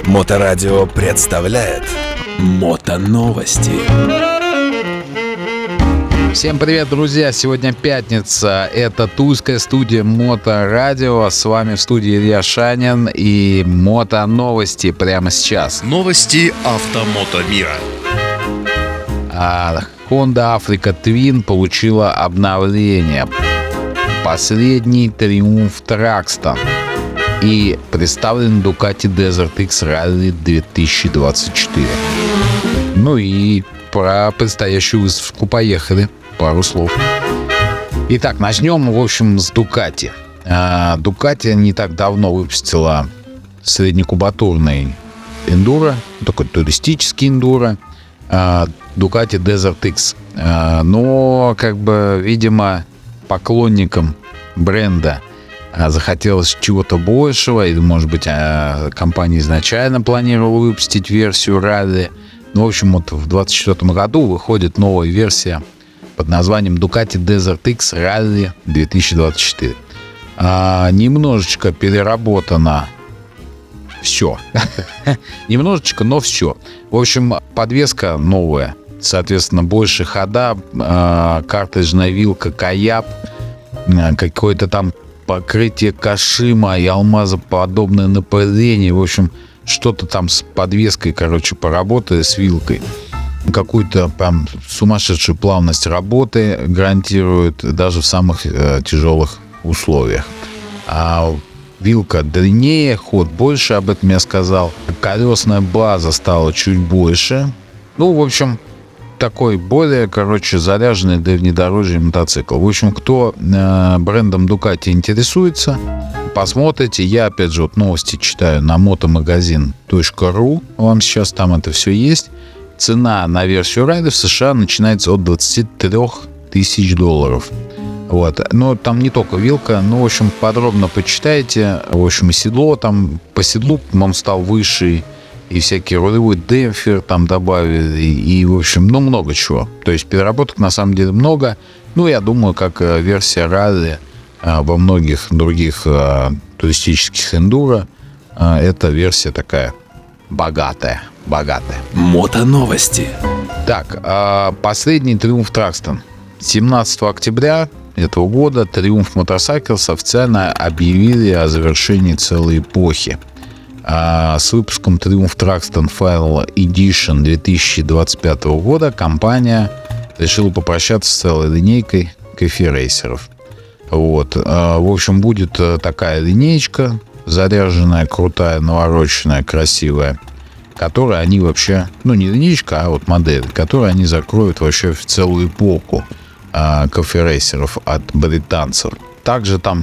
Моторадио представляет Мотоновости. Всем привет, друзья! Сегодня пятница. Это тульская студия Моторадио. С вами в студии Илья Шанин и Мотоновости прямо сейчас. Новости автомото мира. Honda Africa Twin получила обновление. Последний триумф Тракстон. И представлен Ducati Desert X Rally 2024. Ну и про предстоящую выставку поехали. Пару слов. Итак, начнем, в общем, с Ducati. Ducati не так давно выпустила среднекубатурный эндуро, такой туристический эндуро, Ducati Desert X. Но, видимо, поклонникам бренда захотелось чего-то большего, или, может быть, компания изначально планировала выпустить версию ралли. Ну, в общем, вот в 2024 году выходит новая версия под названием Ducati Desert X Rally 2024. Немножечко переработано все. Немножечко, но все. В общем, подвеска новая. Соответственно, больше хода, картриджная вилка Каяп, какое-то там покрытие Кашима и алмазоподобное напыление. В общем, что-то там с подвеской, поработали, с вилкой. Какую-то прям сумасшедшую плавность работы гарантирует даже в самых тяжелых условиях. А вилка длиннее, ход больше, об этом я сказал. Колесная база стала чуть больше. Ну, в общем, такой более, заряженный для внедорожья мотоцикл. В общем, кто брендом Ducati интересуется, посмотрите. Я, опять же, новости читаю на motomagazin.ru. Вам сейчас там это все есть. Цена на версию райда в США начинается от $23 тысяч. Вот. Но там не только вилка. В общем, подробно почитайте. В общем, и седло там. По седлу он стал выше. И всякие рулевой демпфер там добавили. И, в общем, много чего. То есть переработок на самом деле много. Я думаю, как версия ралли во многих других туристических эндуро, эта версия такая богатая. Мотоновости. Так, последний триумф Тракстон. 17 октября этого года Триумф Motorcycles официально объявили о завершении целой эпохи. С выпуском Триумф Тракстон Final Edition 2025 года компания решила попрощаться с целой линейкой кайфи-рейсеров. Вот. В общем, будет такая линеечка, заряженная, крутая, навороченная, красивая, которую они вообще, не линеечка, а вот модель, которую они закроют вообще в целую эпоху кайфи-рейсеров от британцев. Также там,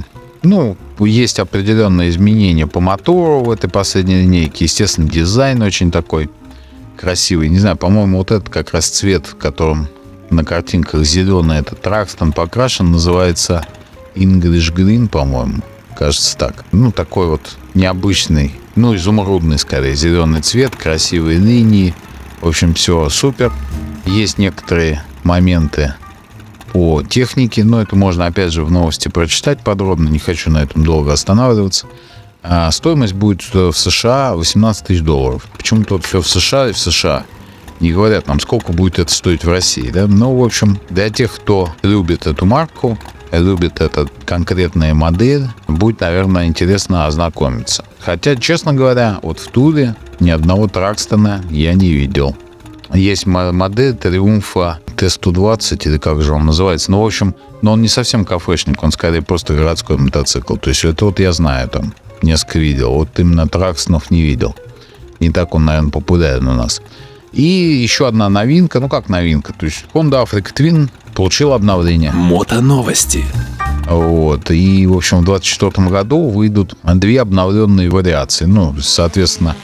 есть определенные изменения по мотору в этой последней линейке. Естественно, дизайн очень такой красивый. Не знаю, по-моему, вот этот как раз цвет, в котором на картинках зеленый этот Тракстон покрашен, называется English Green, по-моему. Кажется так. Такой вот необычный, изумрудный, скорее, зеленый цвет, красивые линии. В общем, все супер. Есть некоторые моменты по технике, но это можно, опять же, в новости прочитать подробно. Не хочу на этом долго останавливаться. Стоимость будет в США $18 тысяч. Почему-то все в США и в США. Не говорят нам, сколько будет это стоить в России. Да? В общем, для тех, кто любит эту марку, любит эту конкретную модель, будет, наверное, интересно ознакомиться. Хотя, честно говоря, вот в Туле ни одного Тракстона я не видел. Есть модель Триумфа Т-120, или как же он называется. В общем, он не совсем кафешник, он скорее просто городской мотоцикл. То есть это я знаю, там несколько видел. Вот именно Тракстонов не видел. Не так он, наверное, популярен у нас. И еще одна новинка, как новинка. То есть Honda Africa Twin получил обновление. Мотоновости. Вот. И, в общем, в 2024 году выйдут две обновленные вариации. Соответственно,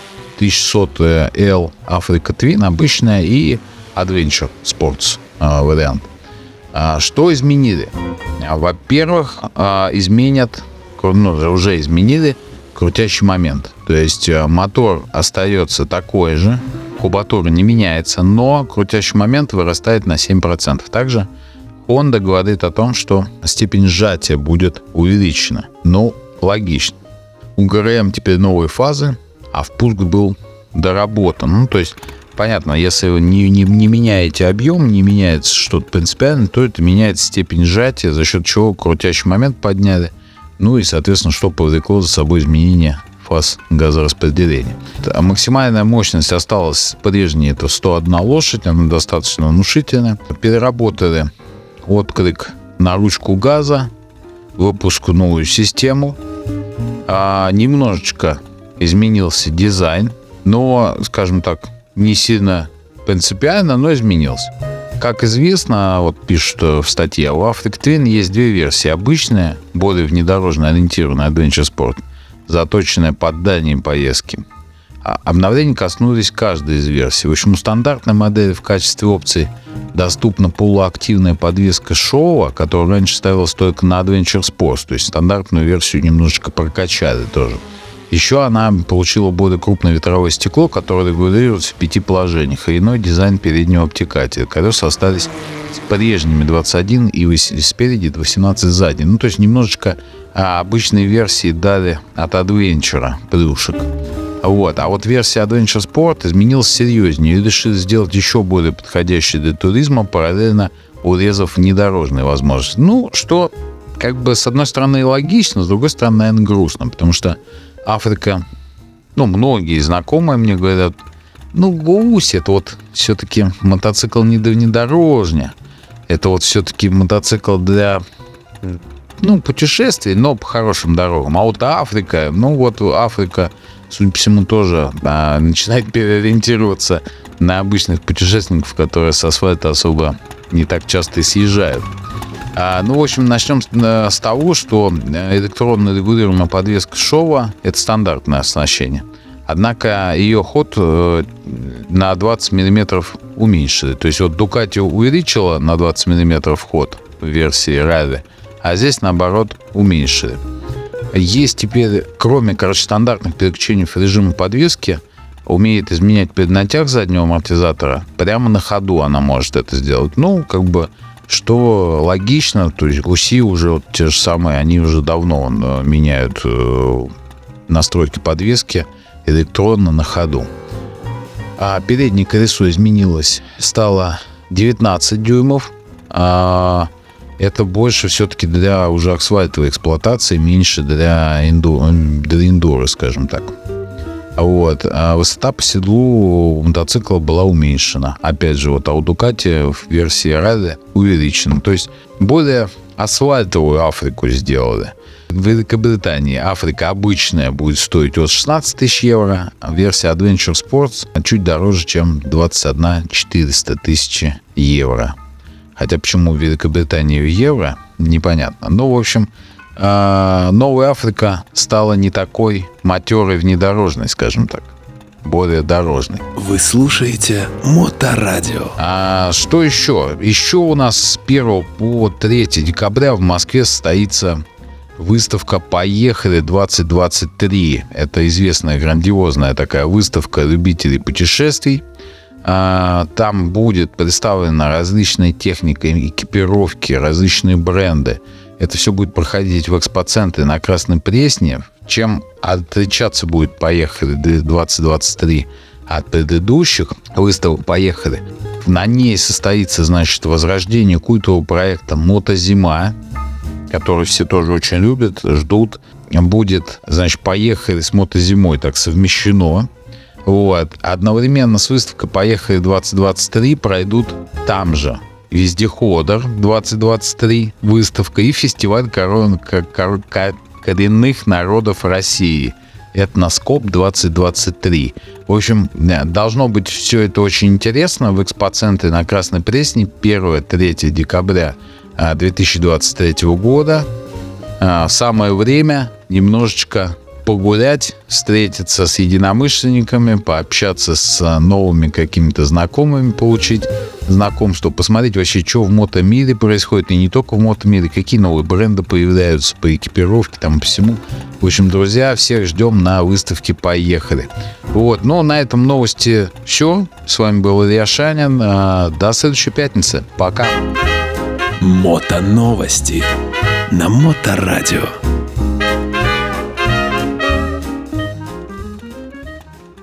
1600L Africa Twin обычная и Adventure Sports вариант. Что изменили? Во-первых, изменят, уже изменили крутящий момент. То есть мотор остается такой же, кубатура не меняется, но крутящий момент вырастает на 7%. Также Honda говорит о том, что степень сжатия будет увеличена. Логично. У ГРМ теперь новые фазы, а впуск был доработан. Ну, то есть, понятно, если вы не меняете объем, не меняется что-то принципиально, то это меняется степень сжатия, за счет чего крутящий момент подняли. Ну и, соответственно, что повлекло за собой изменение фаз газораспределения. А максимальная мощность осталась прежней, это 101 лошадь, она достаточно внушительная. Переработали отклик на ручку газа, выпускную систему. Немножечко изменился дизайн, но, скажем так, не сильно принципиально, но изменился. Как известно, вот пишут в статье, у Africa Twin есть две версии. Обычная, более внедорожно ориентированная Adventure Sport, заточенная под дальние поездки. Обновления коснулись каждой из версий. В общем, у стандартной модели в качестве опции доступна полуактивная подвеска Showa, которая раньше ставилась только на Adventure Sport, то есть стандартную версию немножечко прокачали тоже. Еще она получила более крупное ветровое стекло, которое регулируется в 5 положениях, и иной дизайн переднего обтекателя. Колеса остались прежними 21 и спереди 18 сзади. Ну, то есть немножечко обычные версии дали от Adventure плюшек. Вот. А вот версия Adventure Sport изменилась серьезнее и решили сделать еще более подходящей для туризма, параллельно урезав внедорожные возможности. Ну, что как бы с одной стороны логично, с другой стороны, наверное, грустно, потому что Африка, многие знакомые мне говорят, гусь, это вот все-таки мотоцикл не внедорожник, это вот все-таки мотоцикл для, путешествий, но по хорошим дорогам. А вот Африка, Африка, судя по всему, тоже начинает переориентироваться на обычных путешественников, которые с асфальта особо не так часто и съезжают. В общем, начнем с того, что электронно регулируемая подвеска Showa – это стандартное оснащение. Однако ее ход на 20 мм уменьшили. То есть вот Ducati увеличила на 20 мм ход в версии Rally, а здесь, наоборот, уменьшили. Есть теперь, кроме, стандартных переключений в режиме подвески, умеет изменять преднатяг заднего амортизатора. Прямо на ходу она может это сделать. Что логично, то есть гуси уже те же самые, они уже давно меняют настройки подвески электронно на ходу. А переднее колесо изменилось, стало 19 дюймов. Это больше все-таки для уже асфальтовой эксплуатации, меньше для эндуро, скажем так. А высота по седлу у мотоцикла была уменьшена. Опять же, а у Ducati в версии Rally увеличена. То есть более асфальтовую Африку сделали. В Великобритании Африка обычная будет стоить от 16 тысяч евро, а версия Adventure Sports чуть дороже, чем 21 400 тысяч евро. Хотя почему в Великобритании евро, непонятно. В общем, новая Африка стала не такой матерой внедорожной, скажем так, более дорожной. Вы слушаете Моторадио. Что еще? Еще у нас с 1 по 3 декабря в Москве состоится выставка «Поехали 2023». Это известная грандиозная такая выставка любителей путешествий. Там будет представлена различная техника экипировки, различные бренды. Это все будет проходить в экспоцентре на Красной Пресне. Чем отличаться будет «Поехали 2023» от предыдущих выставок «Поехали»? На ней состоится, возрождение культового проекта «Мотозима», который все тоже очень любят, ждут. Будет, «Поехали» с «Мотозимой» так совмещено. Одновременно с выставкой «Поехали 2023» пройдут там же «Вездеходер 2023» выставка и фестиваль коренных народов России «Этноскоп 2023». В общем, должно быть все это очень интересно в экспоцентре на Красной Пресне 1-3 декабря 2023 года. Самое время немножечко погулять, встретиться с единомышленниками, пообщаться с новыми какими-то знакомыми, получить знакомство, посмотреть вообще, что в мотомире происходит, и не только в мотомире, какие новые бренды появляются по экипировке, по всему. В общем, друзья, всех ждем на выставке «Поехали». На этом новости все. С вами был Илья Шанин. До следующей пятницы. Пока. Мотоновости на Моторадио.